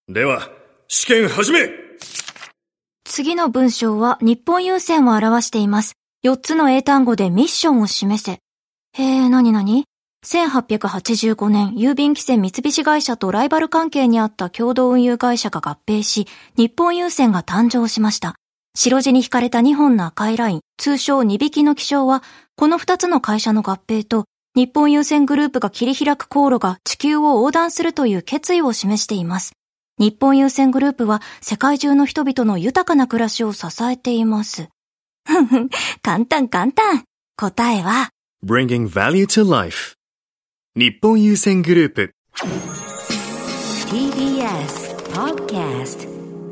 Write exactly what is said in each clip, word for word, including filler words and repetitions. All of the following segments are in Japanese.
では、試験始め。 次の文章は日本郵船を表しています。よっつの英単語でミッションを示せ。へえ、なになに？せんはっぴゃくはちじゅうごねん、郵便汽船三菱会社とライバル関係にあった共同運輸会社が合併し、日本郵船が誕生しました。白地に引かれたにほんの赤いライン、通称にびきの気象は、このふたつの会社の合併と、日本郵船グループが切り開く航路が地球を横断するという決意を示しています。日本郵船グループは世界中の人々の豊かな暮らしを支えています。ふんふん、簡単簡単。答えは、 Bringing Value to Life。日本郵船グループ。 ティービーエス Podcast。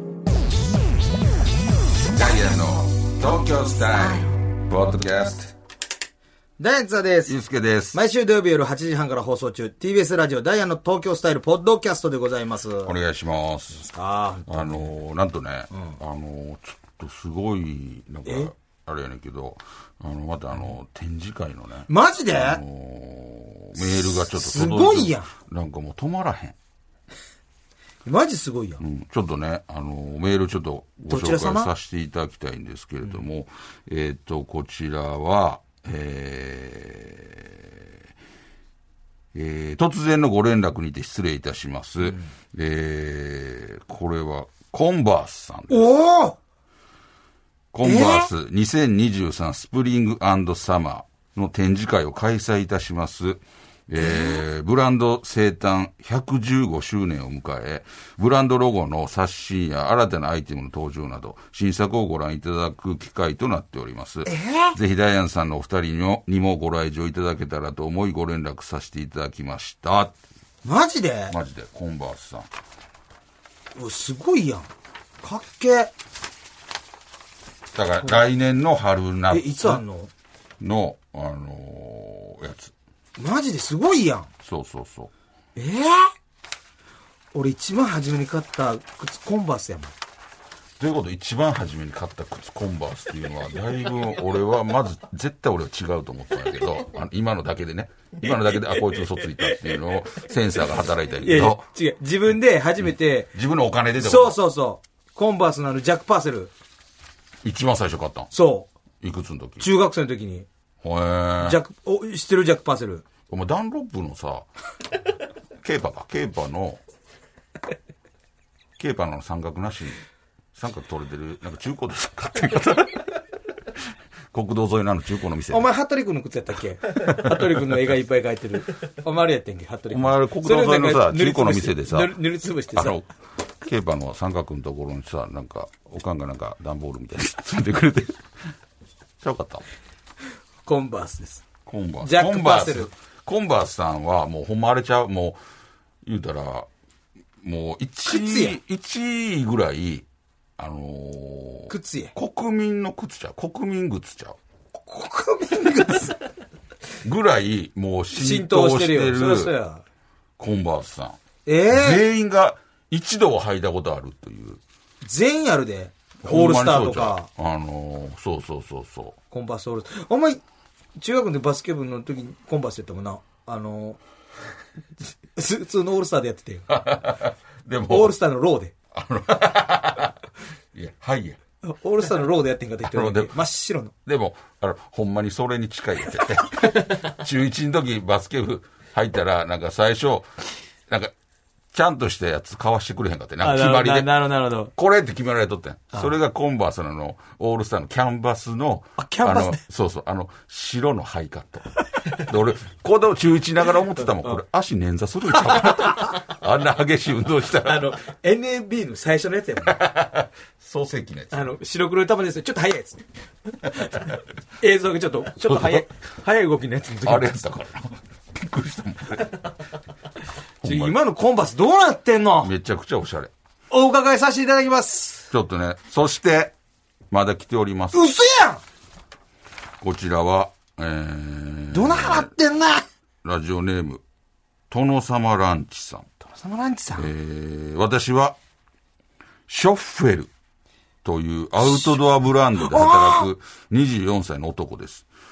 ダイアンの東京スタイルポッドキャスト。 ダイアンツァです。 ゆうすけです。 毎週土曜日夜はちじはんから放送中、ティービーエス ラジオダイアンの東京スタイルポッドキャストでございます。 お願いします。 ああのなんとね、うん、あのちょっとすごいなんかあれやねんけど、あのまたあの展示会のね、 マジで、 あのメールがちょっと届いて、 すごいやん。なんかもう止まらへん。 マジすごいやん、 うん、ちょっとね、あのメールちょっとご紹介させていただきたいんですけれども、うん、えっ、ー、とこちらは、えーえー、突然のご連絡にて失礼いたします、うん、えー、これはコンバースさんです。 おー、 コンバースにせんにじゅうさんスプリング&サマーの展示会を開催いたします。えー、ブランド生誕ひゃくじゅうごしゅうねんを迎え、ブランドロゴの刷新や新たなアイテムの登場など、新作をご覧いただく機会となっております。えー、ぜひダイアンさんのお二人にも、にもご来場いただけたらと思いご連絡させていただきました。 マジで？ マジで、コンバースさん。 お、すごいやん。かっけ。 だから来年の春夏。 え、いつあんの？ の、あのー、やつ。 マジですごいやん。 そうそうそう。 えー、俺一番初めに買った靴コンバースやもん。 ということで一番初めに買った靴コンバースっていうのはだいぶ俺はまず絶対俺は違うと思ったんだけど、あの今のだけでね、今のだけであこいつ嘘ついたっていうのをセンサーが働いたけど、いやいや違う、自分で初めて、 うん、自分のお金でってこと。そうそうそう、コンバースのあのジャックパーセル一番最初買ったん。 そう、 いくつの時？ 中学生の時に。 へー、 ジャック、お、知ってるジャックパーセル？ お前ダンロップのさケーパーか、ケーパーのケーパーの三角なしに三角取れてるなんか中古で買ってる方国道沿いのあの中古の店。 お前服部君の靴やったっけ？服部君の絵がいっぱい描いてる。お前あれやってんけ、服部君。 お前あれ国道沿いのさ中古の店でさ塗りつぶしてさ、あのケーパーの三角のところにさ、なんかおかんがなんか段ボールみたいなついてくれてちゃうかった。 コンバースです。 コンバース。 ジャックパーセル。 コンバースさんはもうほんまあれちゃう、もう言うたらもういちいいちいぐらいあのー、 靴や国民の靴ちゃう、国民靴ちゃう、 国民靴ぐらいもう浸透してる浸透してるよ。そりゃそうや。 コンバースさん、 えー、 全員が一度は履いたことあるという。 全員あるで。オールスターとか。 あのー、そうそうそうそう。 コンバースオールスター。お前中学でバスケ部の時にコンバースやったもんな。あのー、普通のオールスターでやっててでもオールスターのローであのいやはいやオールスターのローでやってんかって言ってる真っ白の。 でもあのほんまにそれに近いやつやって中いちの時バスケ部入ったらなんか最初なんかちゃんとしたやつ買わしてくれへんかって、なんか決まりで。 なるほど、なるほど。 これって決められとってん。それがコンバースのの、オールスターのキャンバスの、 あ、キャンバス、ね、 あの、そうそう、あの、白のハイカット。で俺、子供中いちながら思ってたもん、これ足捻挫するんちゃうあんな激しい運動したら。 あの、エヌエービー の最初のやつやもん。 創世記のやつ。 あの、白黒い玉ですね。ちょっと速いやつ。映像がちょっと、ちょっと速い、速い動きのやつの時あれやったからな。びっくりしたもん、これ。 今のコンバースどうなってんの？ めちゃくちゃおしゃれ。 お伺いさせていただきます。 ちょっとね、そして、まだ来ております。 嘘やん！ こちらは、えー、 どな払ってんな！ ラジオネーム、殿様ランチさん。 殿様ランチさん。 えー、私は、ショッフェルというアウトドアブランドで働くにじゅうよんさいの男です。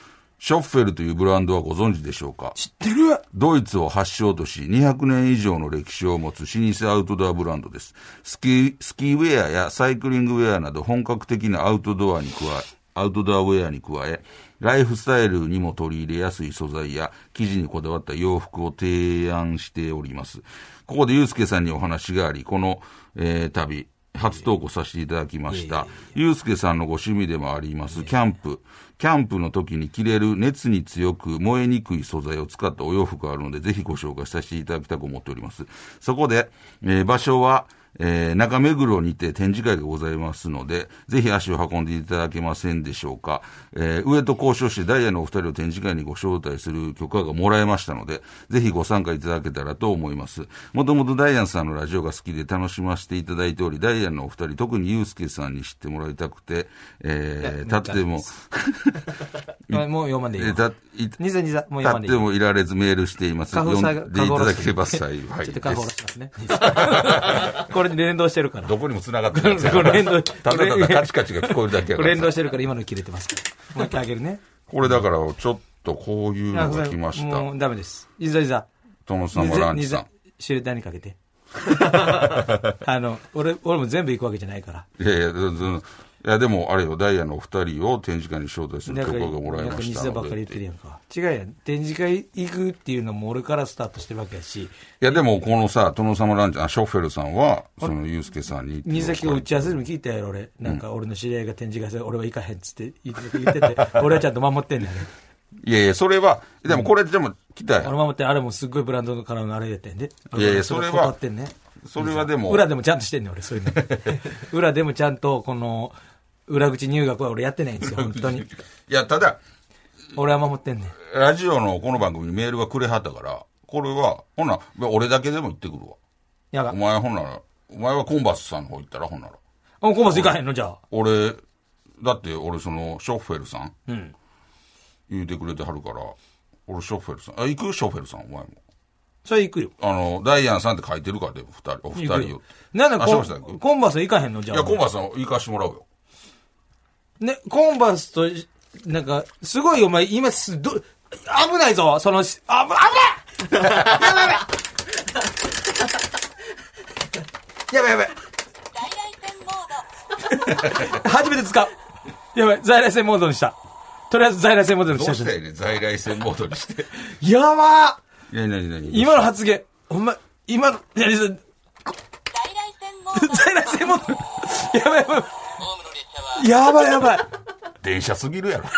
ショッフェルというブランドはご存知でしょうか？ 知ってる。 ドイツを発祥とし、にひゃくねん以上の歴史を持つ老舗アウトドアブランドです。スキー、スキーウェアやサイクリングウェアなど本格的なアウトドアに加え、アウトドアウェアに加え、ライフスタイルにも取り入れやすい素材や生地にこだわった洋服を提案しております。ここでゆうすけさんにお話があり、この、えー、旅、初投稿させていただきました。ゆうすけさんのご趣味でもあります、キャンプ。キャンプの時に着れる熱に強く燃えにくい素材を使ったお洋服があるので、ぜひご紹介させていただきたく思っております。そこで、えー、場所は、えー、中目黒にて展示会がございますので、ぜひ足を運んでいただけませんでしょうか。えー、上と交渉してダイヤのお二人を展示会にご招待する許可がもらえましたので、ぜひご参加いただけたらと思います。もともとダイアンさんのラジオが好きで楽しませていただいており、ダイアンのお二人、特にユうスケさんに知ってもらいたくて、えー、立っても、 もう読まんでいいよ。 たにざにざ、もう読まんでいい。 立ってもいられずメールしています。読んでいただければ幸いです。 ちょっとカゴ下ろしますね。これに連動してるから。 どこにも繋がってるんですよ。 これ連動。 ただただカチカチが聞こえるだけやから。 連動してるから今の切れてますから。もう一回あげるね。 これだからちょっとこういうのが来ました。 もうダメです。いざいざ。 殿様ランチさん。 シュレッダーにかけて。あの、俺、俺も全部行くわけじゃないから。 いやいや、いやでもあれよ、ダイヤのお二人を展示会に招待する許可がもらいましたので。なんか西田ばっかり言ってるやんか。違うやん。展示会行くっていうのも俺からスタートしてるわけやし。いやでもこのさ、殿様ランチ、あ、ショッフェルさんは、そのユうスケさんに。 新崎を打ち合わせでも聞いたやろ、俺。なんか俺の知り合いが展示会で俺は行かへんっつって言ってて、俺はちゃんと守ってんねんね。 いやいや、それは、でもこれでも来たやん。 俺守って、あれもすっごいブランドからのあれやってんで。 いやいや、それは、 ってんね。 それはでも。 裏でもちゃんとしてんねん、俺、そういうの。裏でもちゃんと、この、裏口入学は俺やってないんですよ、本当に。いや、ただ、 俺は守ってんねん。 ラジオのこの番組にメールがくれはったから、これは、ほんなら、俺だけでも行ってくるわ。 やが。 お前ほんなら、お前はコンバースさんの方行ったらほんなら。 あ、コンバース行かへんのじゃあ。 俺、だって俺その、ショッフェルさん。 うん。 言うてくれてはるから、俺ショッフェルさん。あ、行くショッフェルさん、お前も。 それ行くよ。 あの、ダイアンさんって書いてるからでも、二人、お二人よ。 なんだコン、コンバース行かへんのじゃあ。 いや、コンバースさん行かしてもらうよ。 ね、コンバースと、なんか、すごいお前、今す、ど、危ないぞその、あ、危ないやばいやばいやばいやばい初めて使うやばい、在来線モードにした。とりあえず在来線モードにした。 どうしたよね、在来線モードにして。 やばーいや、なになに今の発言、ほんま、今の、いや、在来線モード。在来線モード。やばいやばい。やばいやばい。 電車すぎるやろ。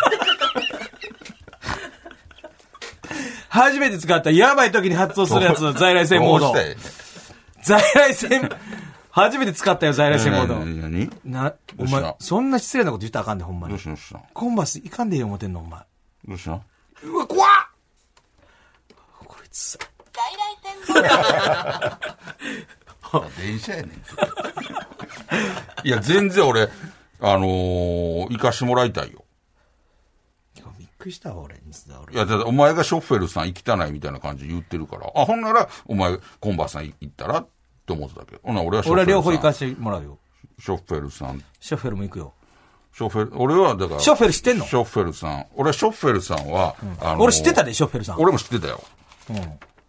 初めて使ったやばい時に発動するやつの在来線モード。在来線、初めて使ったよ、在来線モード。 何何な、お前、そんな失礼なこと言ったらあかんで、ほんまに。 どうしたどうしたコンバースいかんでいいよ思ってんの、お前。 どうしたうわ、怖っこいつさ。在来線モード。電車やねん。いや、全然俺、あのー、行かしてもらいたいよ。 びっくりしたわ、俺。俺いや、だお前がショッフェルさん行きたないみたいな感じで言ってるから。あ、ほんなら、お前、コンバースさん行ったらって思ってたけど。ほな、俺はショッフェルさん。 俺は両方行かしてもらうよ。 ショッフェルさん。 ショッフェルも行くよ。 ショッフェル、俺はだから。 ショッフェル知ってんのショッフェルさん。俺はショッフェルさんは、 うん、あのー、俺知ってたで、ショッフェルさん。 俺も知ってたよ。うん。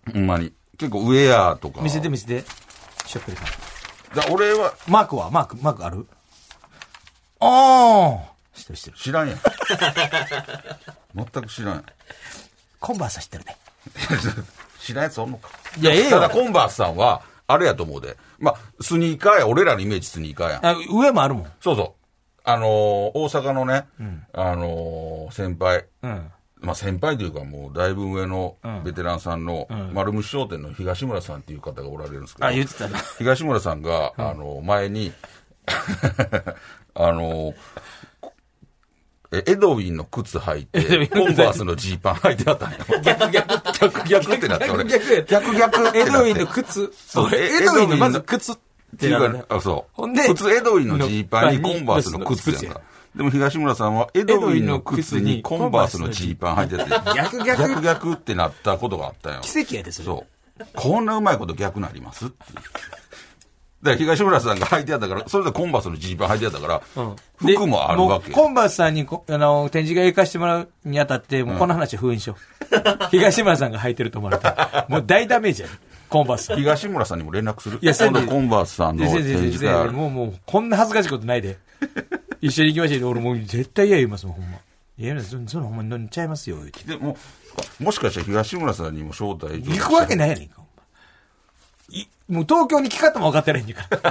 ほんまに。結構ウェアとか。 見せて見せて。ショッフェルさん。 だ俺は。 マークはマーク、マークあるああ。知ってる知ってる。 知らんやん。全く知らんやん。 コンバースは知ってるね。 知らんやつおんのか。 いや、ええよ。 ただコンバースさんは、あれやと思うで。まあ、スニーカーや、俺らのイメージスニーカーやん。 あ、上もあるもん。 そうそう。あのー、大阪のね、うん、あのー、先輩。うん。まあ先輩というかもうだいぶ上のベテランさんの丸虫商店の東村さんっていう方がおられるんですけど。 あ、言ってたね。 東村さんが、あの、前に、あの、エドウィンの靴履いて、コンバースのジーパン履いてあったんよ。 逆逆。 逆逆ってなって俺。 逆逆。 逆逆ってなって。 エドウィンの靴。そう、エドウィンのまず靴ってなって。 あ、そう。ほんで、普通エドウィンのジーパンにコンバースの靴やんか。でも東村さんはエドウィンの靴にコンバースのジーパン履いてて、 逆逆。 逆逆ってなったことがあったよ。 奇跡やで、それ。 そう。こんなうまいこと逆なりますっていう。 から東村さんが履いてあったから、それでコンバースのジーパン履いてあったから、うん、服もあるわけ。 コンバースさんにあの展示会行かしてもらうにあたって、もうこの話は封印しよう。うん、東村さんが履いてると思われたら、もう大ダメージやね。コンバースさん。 東村さんにも連絡する？ いや、 今度コンバースさんの展示会ある。 もう、もう、こんな恥ずかしいことないで。一緒に行きましょう。俺もう絶対嫌言いますもん、ほんま。いや、そのほんまに乗っちゃいますよ。 でも、もしかしたら東村さんにも招待行くわけないやねんか。いもう東京に来方も分かってないんだから。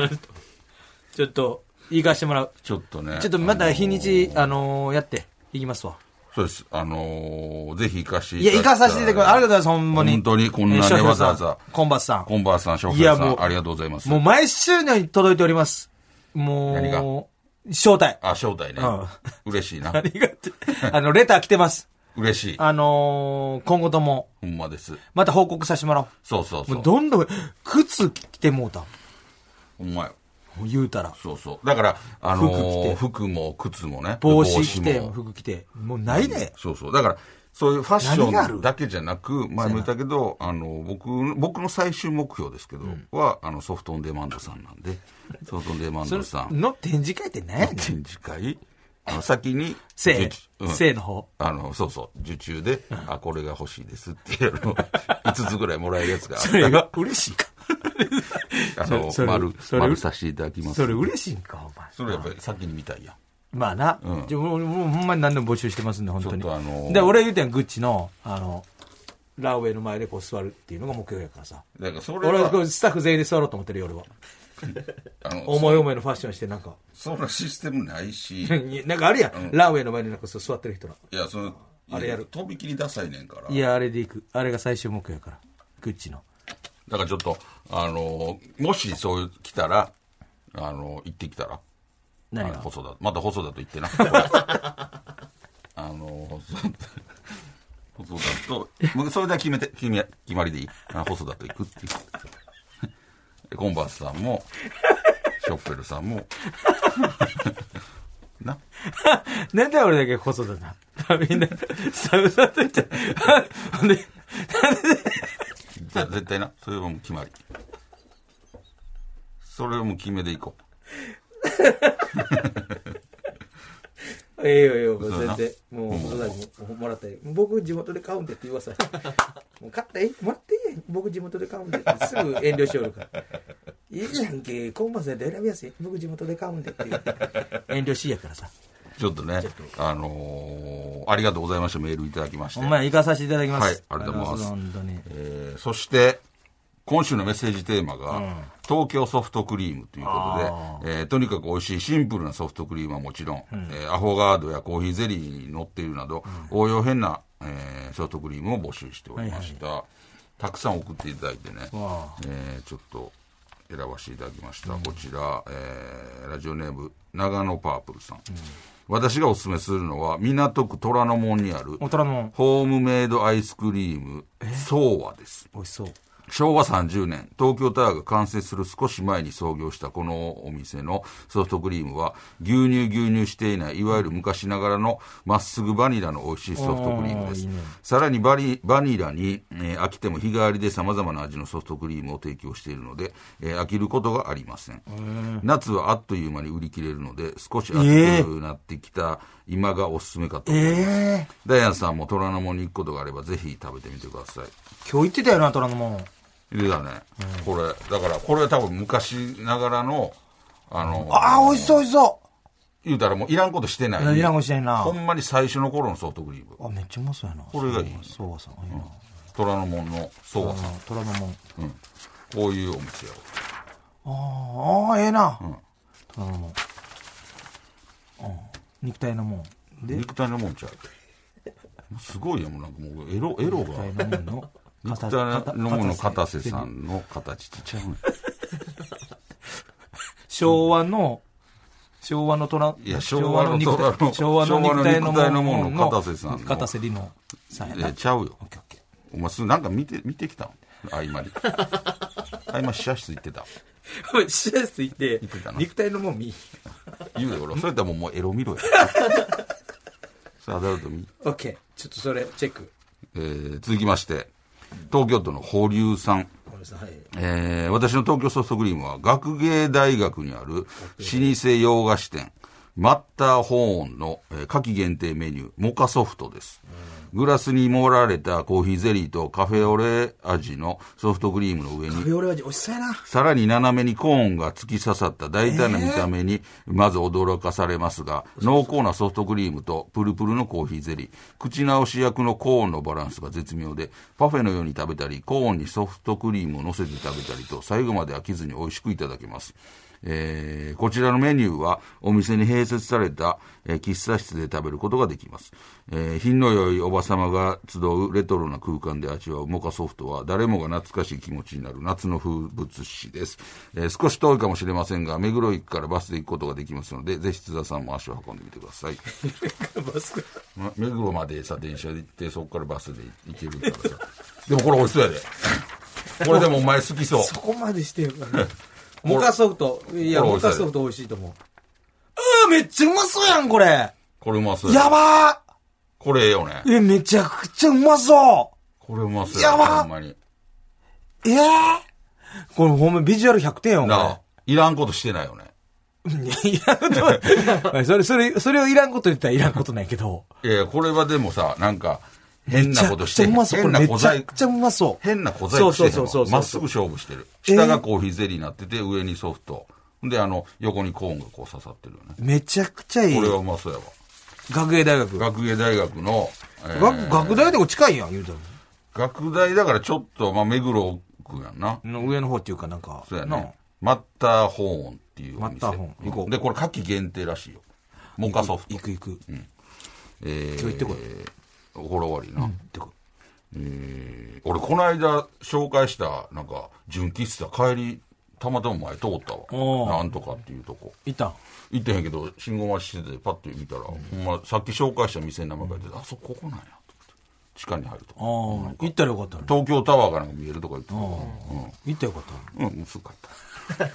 ちょっと、行かしてもらう。 ちょっとね。 ちょっとまた日にち、あのー、やって、行きますわ。 そうです。あのー、ぜひ行かしていただきます。いや、行かさせていただきます。ありがとうございます、ほんまに。 本当に、こんなね、わざわざ。 コンバースさん。 コンバースさん、翔平さん、ありがとうございます。 もう毎週のように届いております。もう。 何が招待。 あ、招待ね。うん、嬉しいな。 ありがとう。あの、レター来てます。 嬉しい。 あのー、今後とも。 ほんまです。 また報告させてもらおう。 そうそうそう。 もうどんどん、靴着てもうた。 ほんまよ。 言うたら。 そうそう。だから、あのー、服着て。服も靴もね。 帽子着て、服着て。もうないね、 うん。そうそう。だから、そういうファッションだけじゃなく、前も言ったけど、あの、僕、僕の最終目標ですけど、うん、は、あの、ソフトオンデマンドさんなんで、ソフトオンデマンドさん。 の展示会って何やねん。 展示会あの先に、 生、うん、生の方あの、そうそう、受注で、うん、あ、これが欲しいですっていうのを、いつつぐらいもらえるやつがあった。 それが嬉しいか。 あの、丸、丸させていただきます。 それ嬉しいんか、お前。 それやっぱり先に見たいやん。 まあな。うん。じゃもう、もうほんまに何でも募集してますんで、本当に。 ちょっとあのー、 で、俺言うてん、グッチの、あの、ランウェイの前でこう座るっていうのが目標やからさ。 だからそれは俺はこうスタッフ全員で座ろうと思ってるよ、俺は。あの思い思いのファッションしてなんか。 そんなシステムないし。 なんかあるやん。うん、ランウェイの前になんかそう座ってる人ら。 いや、その、あれやる。とびきりダサいねんから。 いや、あれで行く。あれが最終目標やから。グッチの。 だからちょっと、あのー、もしそういう来たら、あのー、行ってきたら。 何が細田。また細田と言ってな。あのー、細田と、それでは決めて、決め、決まりでいい。細田と行くっていう。コンバースさんも、ショッペルさんも、な。 なんで俺だけ細田な。みんな、サウザと言って、ほんで、 じゃあ絶対な。それはもう決まり。それをもう決めでいこう。 ええよええよ、全然。もう、細田にももらったり。僕地元で買うんでって言わさ。もう買ったらえもらっていいやん。僕地元で買うんでってすぐ遠慮しよるから。いいやんけ、コンバースで選びやすい。僕地元で買うんでっていう。遠慮しいやからさ。 ちょっとね、あのー、ありがとうございました。メールいただきまして。 お前行かさせていただきます。 はい、ありがとうございます。本当に。えー、そして、今週のメッセージテーマが、うん、東京ソフトクリームということで、えー、とにかく美味しいシンプルなソフトクリームはもちろん、うん、えー、アフォガードやコーヒーゼリーに乗っているなど、うん、応用変な、えー、ソフトクリームを募集しておりました。はいはい、たくさん送っていただいてね、えー、ちょっと選ばせていただきました。うん、こちら、えー、ラジオネーム長野パープルさん。うん、私がおすすめするのは港区虎ノ門にあるホームメイドアイスクリームソーワです。 美味しそう。 しょうわさんじゅうねん、東京タワーが完成する少し前に創業したこのお店のソフトクリームは牛乳牛乳していないいわゆる昔ながらのまっすぐバニラの美味しいソフトクリームです。いいね、さらにバリバニラに、えー、飽きても日替わりで様々な味のソフトクリームを提供しているので、えー、飽きることがありません。夏はあっという間に売り切れるので少し暑くなってきた今がおすすめかと思います。えー、ダイアンさんも虎ノ門に行くことがあればぜひ食べてみてください。 今日行ってたよな、虎ノ門。 いるだね、うん、これだからこれは多分昔ながらのあのー、 ああ美味しそう美味しそう言うたらもういらんことしてない。 いらんことしてないな。 ほんまに最初の頃のソフトクリーム。 あめっちゃうまそうやな。 これがいい。 そうさんいいな、うん、 虎ノ門のそうさん。 虎ノ門、 うん、こういうお店やわ。ああええな、うん、虎ノ門、うん、肉体の門で肉体の門ちゃうすごいやもんなんかもうエロエロが肉体の門の肉体の門の片瀬さんの形ちっちゃうね昭和の昭和の虎いや昭和の虎の昭和の肉体の門の片瀬さんの片瀬里乃さんやな。 えちゃうよ。お前すぐなんか見て見てきたん合間に合間試写室行ってた。 試写室行って肉体の門見言うよ俺それとももうエロ見ろよさあアダルト見 OK ちょっとそれチェック。 えー、続きまして東京都の保留さん。 はい、 えー、私の東京ソフトクリームは学芸大学にある老舗洋菓子店マッターホーンの、えー、夏季限定メニューモカソフトです。グラスに盛られたコーヒーゼリーとカフェオレ味のソフトクリームの上にカフェオレ味美味しそうやな。 さらに斜めにコーンが突き刺さった大胆な見た目にまず驚かされますが、えー、濃厚なソフトクリームとプルプルのコーヒーゼリー、口直し役のコーンのバランスが絶妙で、パフェのように食べたりコーンにソフトクリームを乗せて食べたりと最後まで飽きずに美味しくいただけます。えー、こちらのメニューはお店に併設された、えー、喫茶室で食べることができます。えー、品の良いおばさまが集うレトロな空間で味わうモカソフトは誰もが懐かしい気持ちになる夏の風物詩です。えー、少し遠いかもしれませんが目黒駅からバスで行くことができますので、ぜひ津田さんも足を運んでみてください。 バスま、目黒までさ電車で行ってそこからバスで行けるからさでもこれ美味しそうやでこれでもお前好きそうそこまでしてるからねモカソフト。いや、モカソフト美味しいと思う。うー、めっちゃうまそうやん、これ。 これうまそうや。 やばー。 これええよね。 え、めちゃくちゃうまそう。 これうまそうや。 やばー。 ほんまに。 えー、これほんまビジュアルひゃくてんよ、これ。 なあ、いらんことしてないよね。 いらんことそれ、それ、それをいらんこと言ったらいらんことないけど。 いや、これはでもさ、なんか、変なことして、 変な小細めちゃくちゃうまそう。 変な小細工してへん。まっすぐ勝負してる。下がコーヒーゼリーになってて、上にソフト。で、あの、横にコーンがこう刺さってるよね。 めちゃくちゃいい。 これはうまそうやわ。 学芸大学。 学芸大学の、 えー、学、学大でも近いやん、言うたら。 学大だからちょっと、まあ、目黒区やんな。 の上の方っていうかなんか。 そうやね。マッターホーンっていうお店。 マッターホーン。行こう。 で、これ夏季限定らしいよ。モカソフト。 行く行く。うん。 えー、 今日行ってこい。 これ終わりな。 うん、行ってこい。 えー、俺この間紹介したなんか純喫茶帰りたまたま前通ったわ。なんとかっていうとこ行ったん行ってへんけど信号待ちしててパッと見たら、うん、ほんまさっき紹介した店の名前が出て、うん、あそこここなんやと思って地下に入ると。 ああ、行ったらよかったね。 東京タワーがなんか見えるとか言ってた。うん、 行ったらよかったうん、薄かった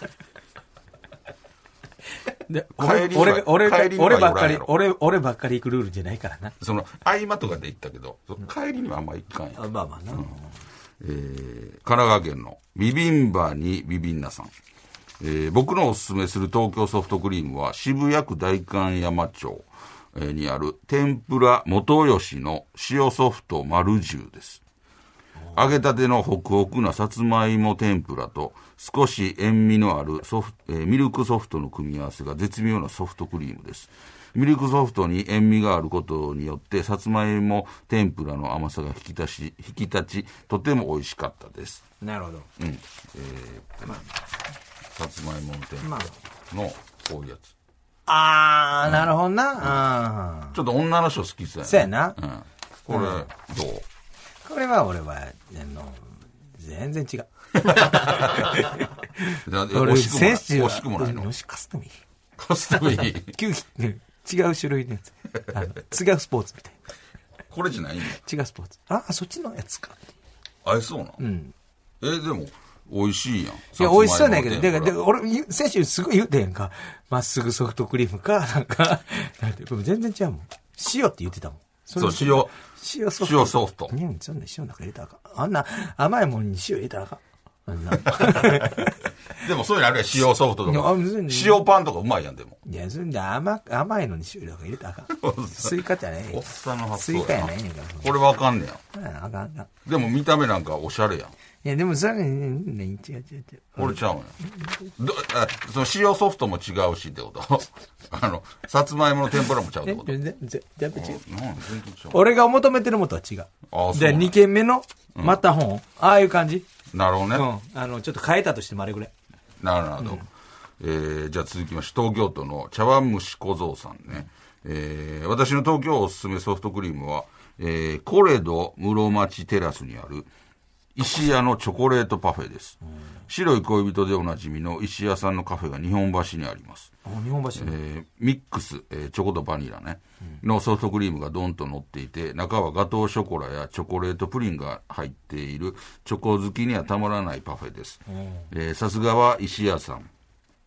で俺俺俺俺ばっかり俺俺ばっかり行くルールじゃないからな。 その合間とかで行ったけど、うん、帰りにはあんま行かんや。 あ、まあまあな。うん、 えー、神奈川県のビビンバにビビンナさん、えー、僕のおすすめする東京ソフトクリームは渋谷区代官山町にある天ぷら元吉の塩ソフト丸十です。揚げたてのホクホクなさつまいも天ぷらと少し塩味のあるソフ、えー、ミルクソフトの組み合わせが絶妙なソフトクリームです。ミルクソフトに塩味があることによってさつまいも天ぷらの甘さが引き立ち、引き立ちとても美味しかったです。 なるほど。 うん。えー、まあ、さつまいもの天ぷらのこういうやつ。 あー、うん、なるほどな。 ちょっと女の人好きそうやね。 そうやな。 うん。これ、うん、どう？ これは俺は、あの、全然違う。 俺、センシティブ。惜しくもないの。 もしカスタムいい。 カスタムいい。 違う種類のやつ。あの違うスポーツみたいな。 これじゃないんだ。 違うスポーツ。ああ、そっちのやつか。 あれ、そうなの？うん。え、でも、美味しいやん。いや、美味しそうなんやけど、だから、俺、先週すごい言うてんやんか。まっすぐソフトクリームか、なんか、なんて、全然違うもん。塩って言ってたもん。 そう、塩。 塩ソフト。 塩ソフト。 うん、そんな塩なんか入れたらあかん。あんな甘いもんに塩入れたらあかん。あんな。 でもそういうのあるやん、塩ソフトとか。塩パンとかうまいやん、でも。 いや、そんで甘、甘いのに塩とか入れたらあかん。スイカじゃないおっさんの発想やな。 スイカやないねんから。 これわかんねや。あかんあかん。 でも見た目なんかおしゃれやん。 いや、でもそれね、ね、違う違う違う。 これちゃうねん。ど、あ、その塩ソフトも違うしってことあの、さつまいもの天ぷらもちゃうってこと全然、全然違う。 全然違う。 俺が求めてるものとは違う。ああ、で、に軒目の、また本、うん、ああいう感じ。 なるほどね。 うん。あの、ちょっと変えたとしてもあれぐらい。 なるほど。うん、えー、じゃあ続きまして、東京都の茶碗蒸し小僧さんね。えー、私の東京おすすめソフトクリームは、えー、コレド室町テラスにある、石屋のチョコレートパフェです。うん、白い恋人でおなじみの石屋さんのカフェが日本橋にあります。 あ、日本橋、ね、 えー、ミックス、えー、チョコとバニラね、うん、のソフトクリームがドンと乗っていて、中はガトーショコラやチョコレートプリンが入っているチョコ好きにはたまらないパフェです。さすがは石屋さん。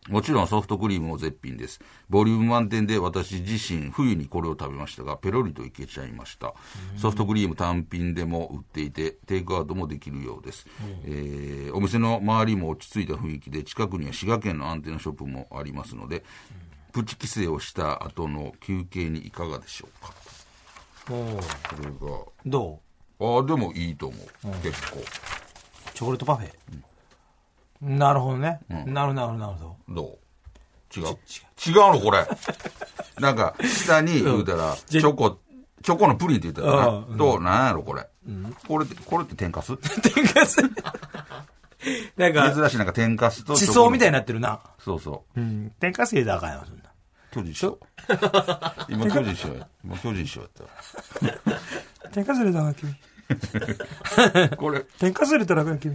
もちろんソフトクリームも絶品です。ボリューム満点で私自身冬にこれを食べましたが、ペロリといけちゃいました。ソフトクリーム単品でも売っていて、テイクアウトもできるようです。えー、お店の周りも落ち着いた雰囲気で、近くには滋賀県のアンテナショップもありますので、プチ帰省をした後の休憩にいかがでしょうか。 おこれが。 どうああ、でもいいと思う。うん、結構。 チョコレートパフェ。うん、なるほどね。うん、なるほど、なるほど、なるほど。どう違う違うのこれ。なんか、下に言うたら、チョコ、チョコのプリンって言ったらな。うん、どう、なんやろこれ。うん、これって、これって天かす天かすなんか、 珍しいなんか天かすと。 地層みたいになってるな。 そうそう。 うん。天かす入れたらあかんよ、そんな。 巨人師匠。今巨人師匠や。今巨人師匠やった。 天かす入れたらあかん、君。 これ。 天かす入れたらあかん、君。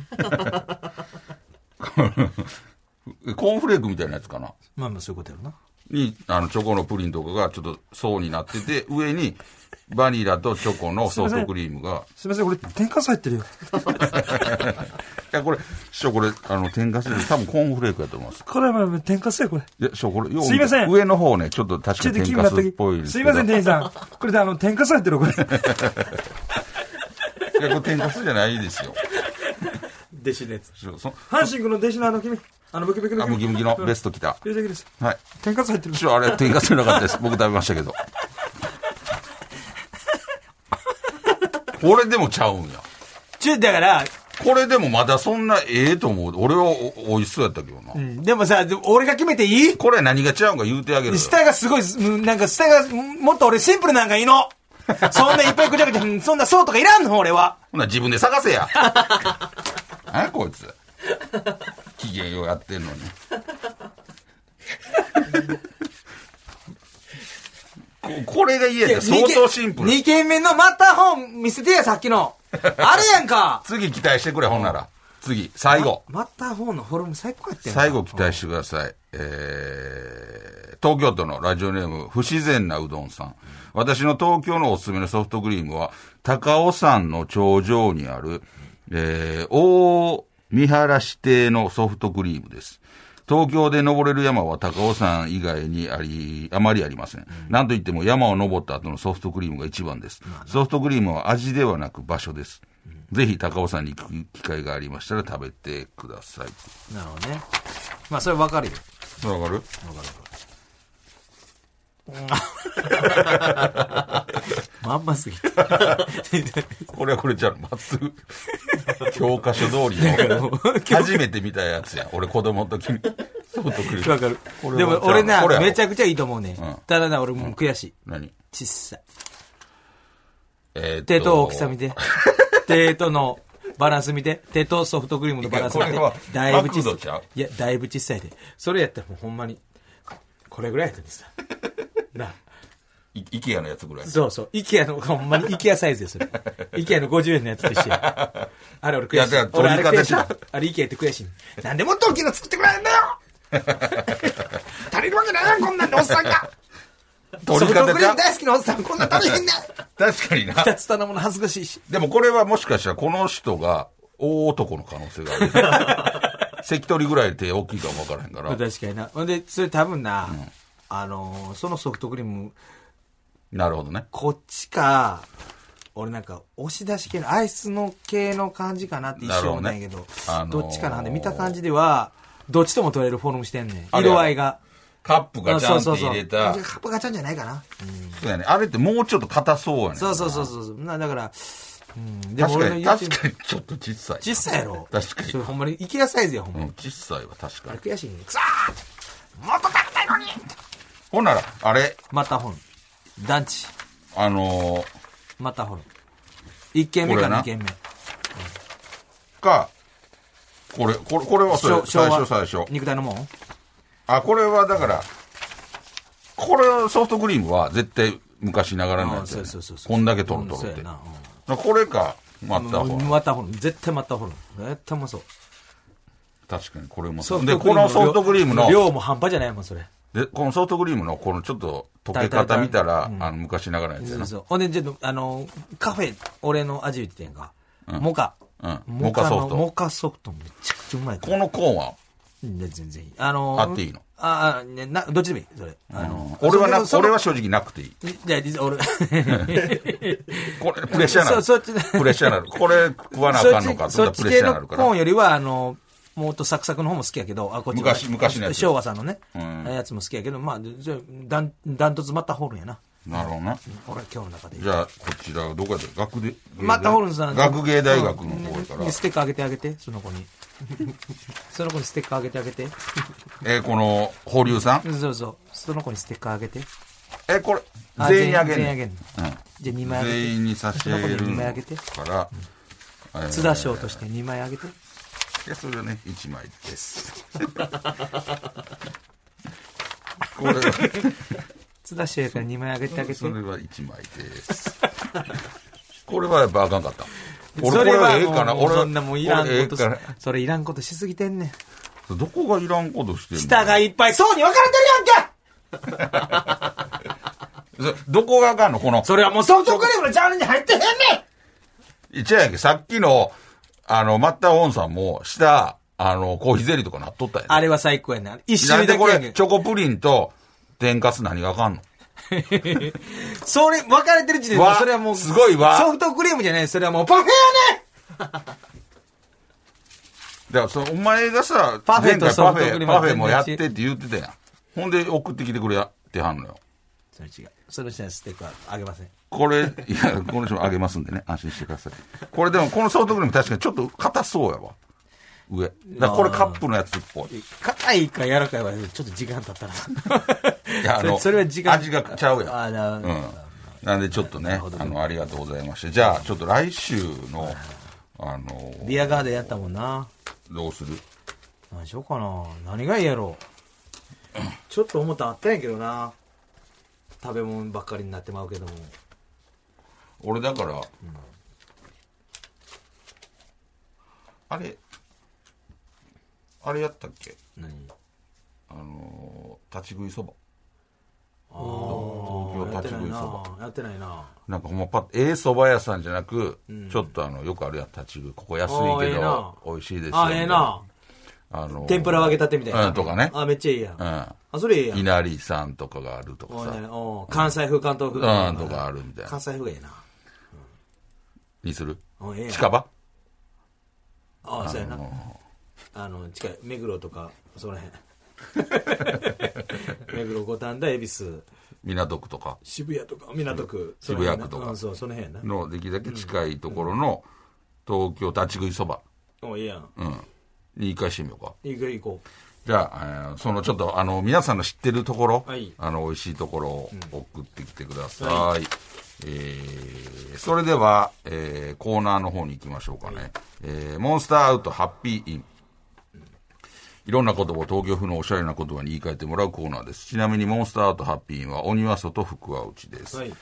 コーンフレークみたいなやつかな。 まあまあそういうことやろな。 に、あの、チョコのプリンとかがちょっと層になってて、上にバニラとチョコのソフトクリームが。 すみません、これ天かす入ってるよ。 いや、これ、師匠これ、あの、天かすで多分コーンフレークやと思います。 これは天かすや、これ。 いや、師匠これ、 すいません。 上の方ね、ちょっと確かに天かすっぽいですけど。 すいません、店員さん。これであの、天かす入ってるこれ。いや、これ天かすじゃないですよ。 弟子のやつ。阪神の弟子のあの君。あのムキムキの。 あ、ムキムキのベスト着た。 ベスト着です。 はい。 天かす入ってる。 師匠、あれ、天かすじゃなかったです。僕食べましたけど。これでもちゃうんや。 ちょ、だから、 これでもまだそんなええと思う。俺はお美味しそうやったけどな。 うん。でもさ、俺が決めていい？ これ何が違うんか言うてあげる。 下がすごい、なんか下が、もっと俺シンプルなんかいいの。そんないっぱいくちゃくちゃ、そんな層とかいらんの俺は。 ほな自分で探せや。何やこいつ。機嫌ようやってんのに。こ, これが嫌やった。相当シンプル。 にけんめのまた本見せてや、さっきの。あれやんか。 次期待してくれ、ほんなら。次、最後。 また本のフォルム最高やってん。 最後期待してください。えー、東京都のラジオネーム、不自然なうどんさん。私の東京のおすすめのソフトクリームは、高尾山の頂上にある、えー、大見晴らし亭のソフトクリームです。東京で登れる山は高尾山以外にあり、あまりありません。うん、なんといっても山を登った後のソフトクリームが一番です。まあ、ソフトクリームは味ではなく場所です。うん、ぜひ高尾山に行く機会がありましたら食べてください。 なるほどね。まあそれわかるよ。 それわかる？わかる。まんますぎて。 これはこれじゃあ、まっすぐ、教科書通りの、初めて見たやつや。俺子供の時に、ソフトクリーム。 わかる。でも俺な、めちゃくちゃいいと思うね。うん、ただな、俺もう悔しい。 うん、何？ ちっさい。 えー、っと手と大きさ見て。手とのバランス見て。手とソフトクリームのバランス見て。だいぶ小さい。いや、だいぶ小さいで。それやったらもうほんまに、これぐらいやったんですさ。なあ。 イケアのやつぐらい。 そうそう。イケアの、ほんまにイケアサイズですよ、それ。イケアのごじゅうえんのやつと一緒や。あれ俺悔しい。いや、俺あれ悔しい。あれイケアって悔しい。なんでもっと大きいの作ってくれんだよ足りるわけないやん、こんなんでおっさんが。ソフトクリーム大好きなおっさん、こんなん足りへんねん。 確かにな。 二つ頼むの恥ずかしいし。 でもこれはもしかしたらこの人が大男の可能性がある。関取ぐらい手大きいかもわからへんから。 確かにな。ほんで、それ多分な、うん、あのー、そのソフトクリーム、 なるほどね。 こっちか、俺なんか、押し出し系の、アイスの系の感じかなって一瞬思ったんやけど、ど, ねあのー、どっちかなんで、見た感じでは、どっちとも取れるフォルムしてんねん。色合いが。 カップがちゃんって入れた。そうそうそうカップがちゃんじゃないかな。うん、 そうやね。あれってもうちょっと硬そうやねん。 そうそうそうそう。だから、 うん、でも確かに、確かにちょっと小さい。 小さいやろ。 確かに。 それほんまに、イケアサイズや、ほんまに。 うん、小さいわ、確かに。 あれ悔しいね。くそーもっと食べたいのにほんなら、あれ。 また本。団地。 あのー、 またほら。一軒目か二軒目。 か、これ、これ、これはそれ、最初最初。 肉体のもん？ あ、これはだから、これソフトクリームは絶対昔ながらのやつやね。こんだけトロトロって。うん、これか、またほら。 またほら。絶対またほら。絶対うまそう。 確かにこれもそう。で、このソフトクリームの。 量も半端じゃないもん、それ。 で、このソフトクリームの、このちょっと、溶け方見たら、うん、あの、昔ながらのやつやな。そうそう。 ほんで、ちょっと、あの、カフェ、俺の味言ってんか。うん、モカ。 うん。モカソフト。 モカソフトめちゃくちゃうまい。 このコーンはね、全然いい。あのー、あっていいの？ ああ、ね、な、どっちでもいい、それ。あのー、俺はな、俺は正直なくていい。 じゃあ、俺。これ、 プレッシャーなる。 そ、そっち、 プレッシャーなる。これ食わなあかんのか、 そっち系のコーンよりは、あの、もっとサクサクの方も好きやけど、あ、こっち昔、昔のやつ。 昭和さんのね、 うん、 やつも好きやけど、まあ、じゃダン、ダントツマッターホルンやな。 なるほどね。 俺、今日の中で。 じゃあ、こちら、どこやったら学で、 マッターホルンさん。 学芸大学の方から。 ステッカーあげてあげて、その子に。その子にステッカーあげてあげて。 えー、この、保留さん？ そうそう。その子にステッカーあげて。 えー、これ、全員あげる。 全員あげる。うん。じゃあにまいあげて。 全員に差し上げる。 にまいあげて。 から、 えー、津田賞としてにまいあげて。 いや、それはね、いちまいです。これは。 津田賞やからにまいあげてあげて。 それはいちまいです。これはやっぱあかんかった。 俺これはええかな。俺そんなもういらんこと、それいらんことしすぎてんねん。どこがいらんことしてんの？ 下がいっぱい層に分かれてるやんかどこがあかんの？この。 それはもうソフトクリームのジャンルに入ってへんねん。一応やけさっきの、あの、マッターオンさんも、下、あの、コーヒーゼリーとかなっとったやん。 あれは最高やねん。一種類だけやねん。 なんでこれ、チョコプリンと、天かす何があかんの？ それ、分かれてる時点で、それはもう、 すごいわ。 ソフトクリームじゃない、それはもうパフェやねんだからその、お前がさ、 パフェとソフトクリームパフェもやってって言ってたやん。ほんで送ってきてくれやってはんのよ。 それ違う。その人はステッカーあげません。 これ、いや、この人もあげますんでね、安心してください。これでも、このソフトクリーム確かにちょっと硬そうやわ。上。だからこれカップのやつっぽい。 硬いか柔らかいはちょっと時間経ったら。 いや、あの、 それは時間。 味がちゃうやん。 あな、 うん。なんでちょっとね、あの、ありがとうございました。じゃあ、ちょっと来週の、あの、 ビアガーデンやったもんな。 どうする？ 何しようかな。何がいいやろう。ちょっと思ったあったんやけどな。食べ物ばっかりになってまうけども。 俺だから、うん、あれ、あれやったっけ？ 何？ あのー、立ち食いそば。 ああ、 東京立ち食いそば。やってないな。 なんかほんまパッと、ええ蕎麦屋さんじゃなく、うん、ちょっとあの、よくあるやん、立ち食い。ここ安いけど、美味しいですよ。 あ、ええな。 あのー、 天ぷら揚げたてみたいな。 うん、とかね。 あ、めっちゃいいやん。 うん。あ、 それいいやん。 稲荷さんとかがあるとかさ。 お関西風、関東風。 うん、とかあるみたいな。 関西風がいいな。 にする？ ええ近場？ ああ、そうやな。あの、近い。目黒とか、その辺。目黒、五反田、恵比寿。 港区とか。 渋谷とか、港区。 渋谷区とか。 そう、その辺やな。 の、できるだけ近いところの、東京立ち食いそば。 おいいやん。 うん。に一回してみようか。 行こう行こう。 じゃあ、えー、そのちょっと、あの、皆さんの知ってるところ、 はい、 あの、美味しいところを送ってきてください。うんはい、えー、それでは、えー、コーナーの方に行きましょうかね。はい、えー、モンスターアウトハッピーイン。いろんな言葉を東京風のおしゃれな言葉に言い換えてもらうコーナーです。ちなみにモンスターアウトハッピーインは鬼は外福は内です。はい。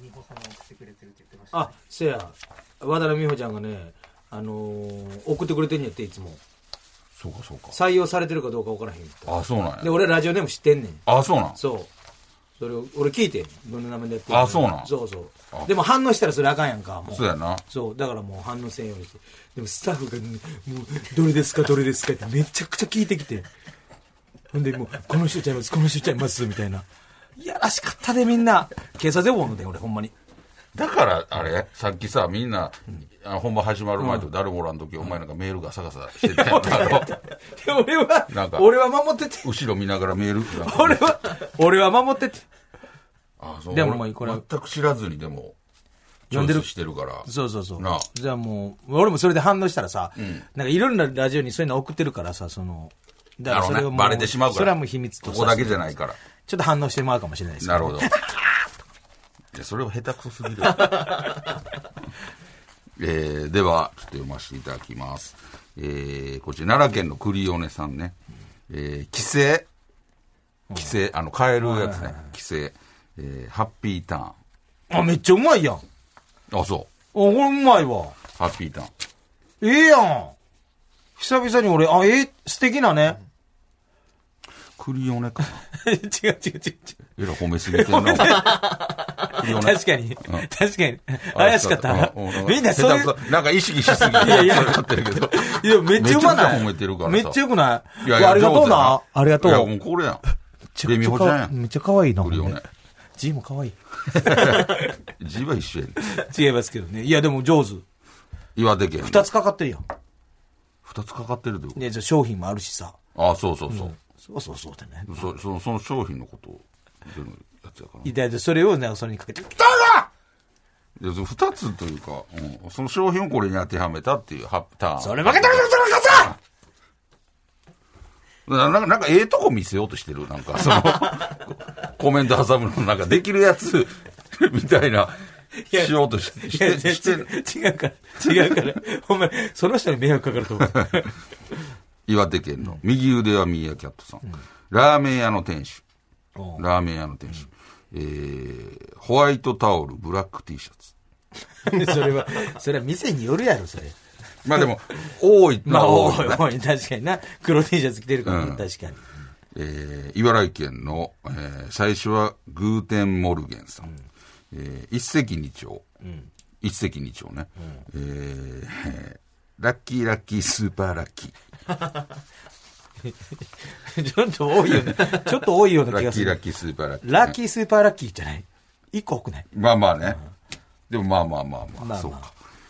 あ、せや、和田美穂ちゃんがね、あのー、送ってくれてんやっていつも。 そうかそうか。 採用されてるかどうか分からへんって。 あ、そうなんや。 で、俺ラジオネーム知ってんねん。 あ、そうなん。 そう。それを、俺聞いてん。どんな名前でやってるあ、そうなん。 そうそう。でも反応したらそれあかんやんか。もうそうやな。 そう。だからもう反応せんようにして。でもスタッフが、ね、もう、どれですかどれですかってめちゃくちゃ聞いてきて。ほんでもう、この人ちゃいます、この人ちゃいます、みたいな。いやらしかったでみんな。警察でもんで、俺ほんまに。 だから、あれさっきさ、みんな、うん、本番始まる前と誰もおらんとき、うん、お前なんかメールがサガサしてたやんか。 俺は、なんか、俺は守ってて。 後ろ見ながらメール。 俺は、俺は守ってて。 ああ、そう。 でももうこれ全く知らずにでも、読んでるしてるから。 そうそうそう。なじゃあもう、俺もそれで反応したらさ、うん、なんかいろんなラジオにそういうの送ってるからさ、その、 だからそれをもう、ね、バレてしまうから。 それはもう秘密とここだけじゃないから。 ちょっと反応してもらうかもしれないです、ね。 なるほど。いや、それは下手くそすぎる。えー、では、ちょっと読ませていただきます。えー、こちら、奈良県の栗米さんね。えー、帰省。帰省、あの、帰るやつね。帰省。えー、ハッピーターン。 あ、めっちゃうまいやん。 あ、そう。 あ、これうまいわ。 ハッピーターン。 ええやん。久々に俺、あ、えー、素敵なね。 栗米かな。 違う違う違う違う。 えら褒めすぎてんな。 振りをね。 確かに。 うん確かに。怪しかった。 うんうんみんなそういう。 なんか意識しすぎて。 いやいや。 なってるけど。 いや、めっちゃうまない。 めっちゃ褒めてるからさ。 めっちゃよくない。 いやいや、 ありがとうな。ありがとう。 いや、もうこれやん。レミホちゃんやん。 めっちゃ可愛いな。 振りをね。 字も可愛い。 字は一緒やね。 違いますけどね。いや、でも上手。 岩手県。 二つかかってるよ。 二つかかってるで。 ね、じゃ商品もあるしさ。 ああ、そうそうそう。 そうそうそうってね。 そ、その、その商品のことを言ってるやつやから。 いや、それをなんかそれにかけて、 誰だいや、その二つというか、うん、その商品をこれに当てはめたっていうハターン。 それ負けたらそれ勝つななんか、なんか、ええとこ見せようとしてる。なんか、その、コメント挟むの、なんか、できるやつ、みたいな、しようとしいやて、してる。 違うから、違うから。お前、その人に迷惑かかると思う。 岩手県の、右腕はミーアキャットさん。うん、ラーメン屋の店主。ラーメン屋の店主。うん、えー、ホワイトタオル、ブラック T シャツ。それは、それは店によるやろ、それ。 まあでも、多いまあ多い、多い、確かにな。黒 T シャツ着てるから、ね、うん、確かに。 えー、茨城県の、えー、最初はグーテンモルゲンさん。うん、えー、一石二鳥。うん、一石二鳥ね。うん、えー、ラッキーラッキースーパーラッキー。ちょっと多いよね。ちょっと多いような気がする。 ラッキーラッキースーパーラッキー、ね。 ラッキースーパーラッキーじゃない。一個多くない。 まあまあね。うん、でもまあまあまあまあ、まあまあ、そうか。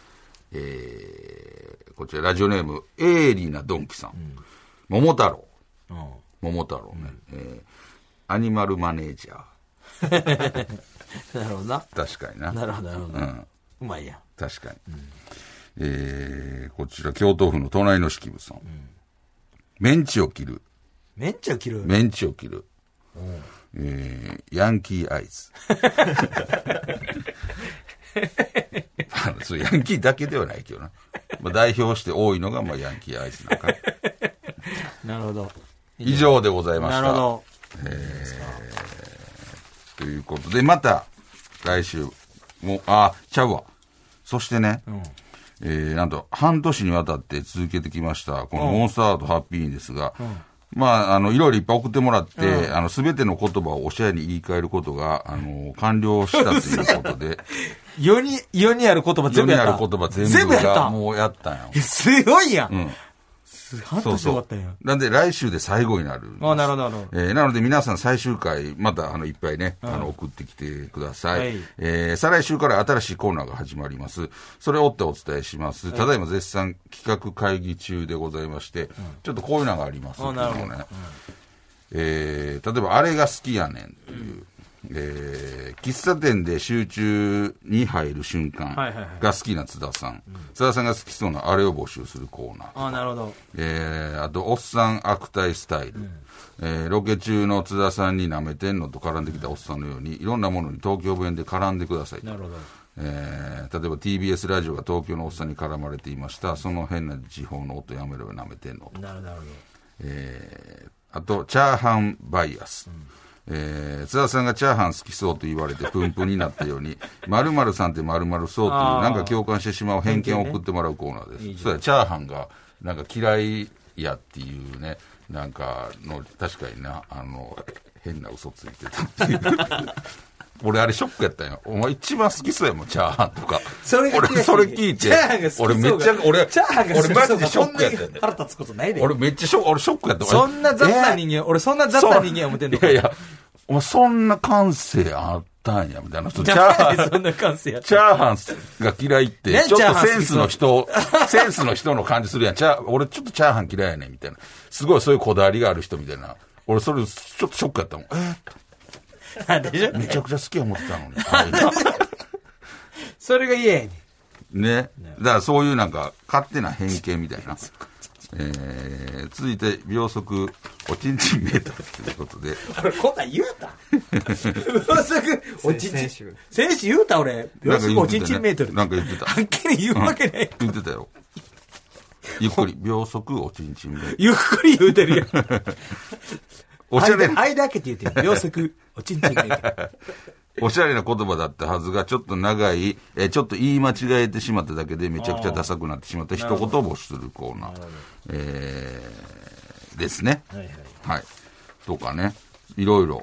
えー、こちらラジオネーム、エーリーなドンキさん。うん、桃太郎。うん、桃太郎ね、うん、えー。アニマルマネージャー。 なるほどな。 確かにな。 なるほど、なるほど。うん、うまいやん。 確かに。うん、えー、こちら京都府の隣の式部さん。うん、メンチを切る。 メンチを切るメンチを切る。うん、えー、ヤンキーアイズ。そうヤンキーだけではないけどな。まあ、代表して多いのがまあヤンキーアイズなんか。 なるほど。 以上でございました。 なるほど。 えー、ということで、また来週も、あ、ちゃうわ。そしてね、うん、えー、なんと半年にわたって続けてきました、このモンスターアートハッピーですが、うん、まあ、あの、いろいろいっぱい送ってもらって、うん、あの、すべての言葉をおしゃれに言い換えることが、あの、完了したということで。 世に、世にある言葉全部やった。 世にある言葉全部がもうやったんや。 すごいやん。うん。半年終わったんや。 そうそう。なんで来週で最後になる。 あ、なるほど、なるほど。えー、なので皆さん最終回、またあの、いっぱいね、うん、あの、送ってきてください。はい、えー、再来週から新しいコーナーが始まります。それを追ってお伝えします。はい、ただいま絶賛企画会議中でございまして、うん、ちょっとこういうのがあります。 あ、なるほど。ね、うん、 えー、例えば、あれが好きやねんという、うん、えー、喫茶店で集中に入る瞬間が好きな津田さん、はいはいはい、津田さんが好きそうなあれを募集するコーナー。 あ、なるほど。 えー、あと、おっさん悪態スタイル、うん、えー、ロケ中の津田さんに舐めてんのと絡んできたおっさんのように、いろんなものに東京弁で絡んでください。 なるほど。 えー、例えば ティービーエス ラジオが東京のおっさんに絡まれていました。その変な地方の音やめろよ、舐めてんのと。 なるほど。 えー、あと、チャーハンバイアス。うん、えー、津田さんがチャーハン好きそうと言われてプンプンになったように、〇〇さんって〇〇そうという、なんか共感してしまう偏見を送ってもらうコーナーです。いいそうや、チャーハンが、なんか嫌いやっていうね、なんかの、確かにな、あの、変な嘘ついてたっていう。俺あれショックやったんよ。お前一番好きそうやもん、チャーハンとか。 それ俺それ聞いて、俺めっちゃ、俺、 チャーハンが好きそう俺マジでショックやったん腹立つことないで。 俺めっちゃショック、俺ショックやった。 そんな雑な人間、えー、俺そんな雑な人間思ってんの。 いやいや、お前そんな感性あったんや、みたいな。チャーハン、そんな感性やった。 チャーハンが嫌いって、ちょっとセンスの人、センスの人の感じするやん。チャー、俺ちょっとチャーハン嫌いやねん、みたいな。すごいそういうこだわりがある人みたいな。俺それちょっとショックやったもん。えーめちゃくちゃ好きや思ってたのに。 それが嫌やねん。ね。だからそういうなんか勝手な偏見みたいな。えー、続いて秒速おちんちんメートルということで。 俺こんなん言うた秒速おちんちん。選手言うた俺。秒速おちんちんメートル。 なんか言ってた。 はっきり言うわけない。 うん、言ってたよ。ゆっくり秒速おちんちんメートル。 ゆっくり言うてるやん。 おしゃれな。 間開けて言ってる。秒速、おちんちんがおしゃれな言葉だったはずが、ちょっと長い、え、ちょっと言い間違えてしまっただけで、めちゃくちゃダサくなってしまった一言を募集するコーナー。えー、ですね。はいはい。はい。とかね。いろいろ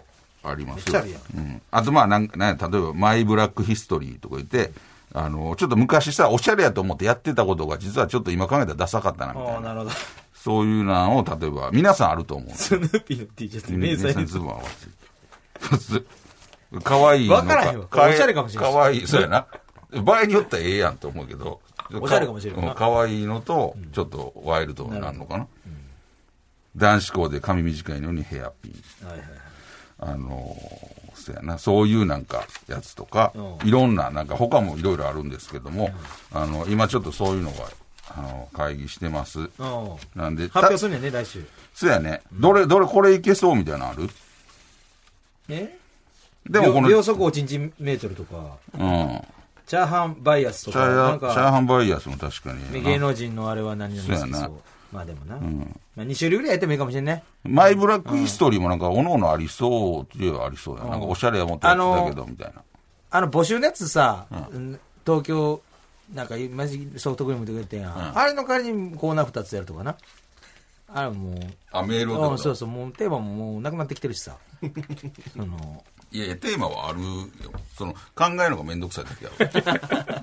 あります。 めっちゃあるやん。 うん。あと、まあ、なんかね、例えば、マイブラックヒストリーとか言って、あの、ちょっと昔さ、おしゃれやと思ってやってたことが、実はちょっと今考えたらダサかったな、みたいな。 ああ、なるほど。 そういうのを、例えば、皆さんあると思う。 スヌーピーの T シャツに迷彩ズボン合わせて。かわいいのか。 わからへんよ。おしゃれかもしれない。 かわいい、そうやな。場合によってはええやんと思うけど。 おしゃれかもしれない。 かわいいのと、ちょっとワイルドになるのかな。男子校で髪短いのにヘアピン。はいはいはい。あのー、そうやな、そういうなんかやつとか、いろんな、なんか他もいろいろあるんですけども、あの、今ちょっとそういうのが、あの、会議してます。なんで、 発表するんやね、来週。 そうやね。どれ、どれこれいけそうみたいなのある？ え？ でもこの。 秒速いちメートルとか、うん。チャーハンバイアスとか、 なんかチャーハンバイアスも確かに。 芸能人のあれは何々ですけど。まあでもな。うん。まあに種類ぐらいやってもいいかもしれんね。 マイブラックヒストリーもなんか、おのおのありそうっていうありそうや。なんかおしゃれやもってやつだけど、みたいな。 あの、募集のやつさ、東京、なんか、マジソフトクリームでくれてんやん。あれの代わりにコーナーふたつやるとかな。あれもう。 あ、メールを。 そうそう、もうテーマももうなくなってきてるしさ。 その。いやいや、テーマはあるよ。その、考えるのがめんどくさいだけやろ。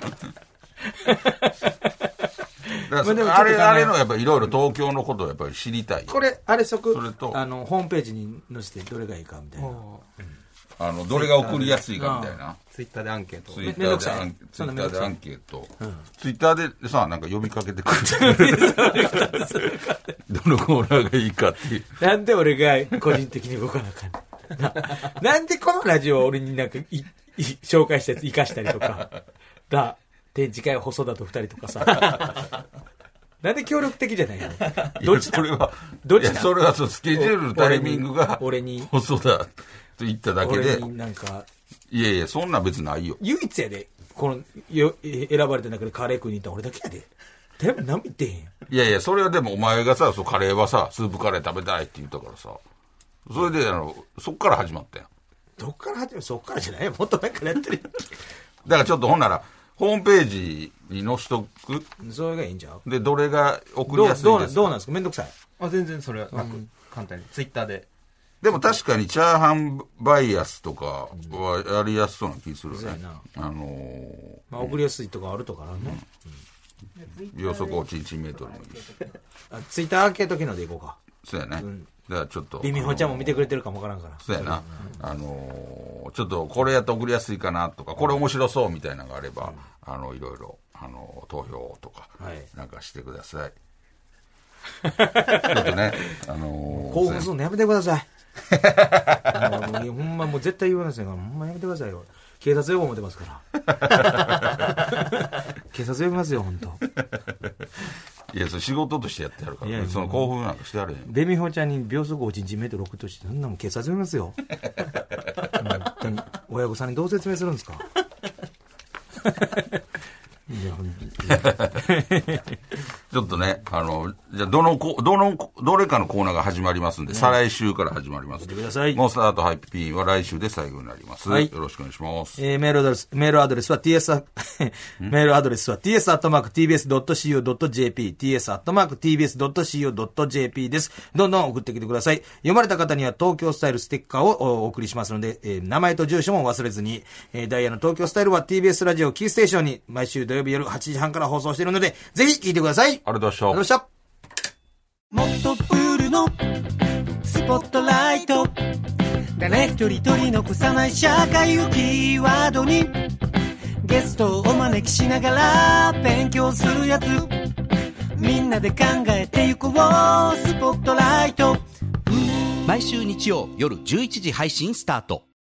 だからあれ、あれのやっぱりいろいろ東京のことをやっぱり知りたい。 これ、あれ即、それと、あの、ホームページに載せてどれがいいかみたいな。 あの、どれが送りやすいかみたいな。 ツイッターでアンケート。 ツイッターでアンツイッターでアンケート。ツイッターでさ、なんか呼びかけてくる。どのコーナーがいいかっていう。 なんで俺が個人的に動かなあかんのな、なんでこのラジオを俺になんかいい紹介したやつ生かしたりとか。だ展示会細田と二人とかさ。なんで協力的じゃないの？どっちだ？ それは、どっちだ？それはそう、スケジュールのタイミングが、 俺に、 細田と言っただけで。 俺になんか、 いやいや、そんな別ないよ。 唯一やで、この、よ、選ばれてなくてカレー食いに行った俺だけやで。誰も何言ってへんやん。 いやいや、それはでもお前がさ、そうカレーはさ、スープカレー食べたいって言ったからさ、それで、あの、そっから始まったやん。 どっから始まる？そっからじゃないよ。もっと前からやってる。 だからちょっとほんなら、ホームページに載しとく。 それがいいんちゃう？ で、どれが送りやすいですか？ どう、どう、どうなんですか？めんどくさい。 あ、全然それはなく、うん、簡単に。ツイッターで。 でも確かにチャーハンバイアスとかはやりやすそうな気するね。そうやな。あのー、 まあ送りやすいとかあるとかなね。 秒速いちいちメートルもいいし。 あ、ツイッター開けときのでいこうか。 そうやね。うん、だからちょっと。 ビミホちゃんも見てくれてるかもわからんから。 そうやな。うん、あのー、ちょっとこれやって送りやすいかなとか、これ面白そうみたいなのがあれば、うん、あの、いろいろ、あの、投票とか、なんかしてください。ちょっとね、あのー、 興奮するのやめてください。もうほんまもう絶対言わないですよ。ほんまやめてくださいよ。警察呼ぼう思ってますから。警察呼びますよ、本当。 いや、それ仕事としてやってやるから、ね、いやいやその興奮なんかしてやれへん。 ベミホちゃんに秒速いちメートルろくとして、そんなもん警察呼びますよ。本当に。親御さんにどう説明するんですか？いや、 ちょっとね、あの、じゃどのこ、どの、どれかのコーナーが始まりますんで、ね、再来週から始まります。 見てください。 モンスターとハイピーは来週で最後になります。はい。よろしくお願いします。 えー、メールアドレス、メールアドレスは ts、メールアドレスは ティーエス アットマーク ティービーエス ドット シーオー ドット ジェーピー、ティーエス アットマーク ティービーエス ドット シーオー ドット ジェーピー です。どんどん送ってきてください。読まれた方には東京スタイルステッカーをお送りしますので、えー、名前と住所も忘れずに、えー、ダイヤの東京スタイルは ティービーエス ラジオキーステーションに毎週土曜日夜はちじはんから放送しているので、ぜひ聞いてください。 ありがとうございました。 もっとプールのスポットライト、誰一人取り残さない社会をキーワードに、ゲストをお招きしながら勉強するやつ、みんなで考えてゆこうスポットライト。 毎週日曜夜じゅういちじ配信スタート。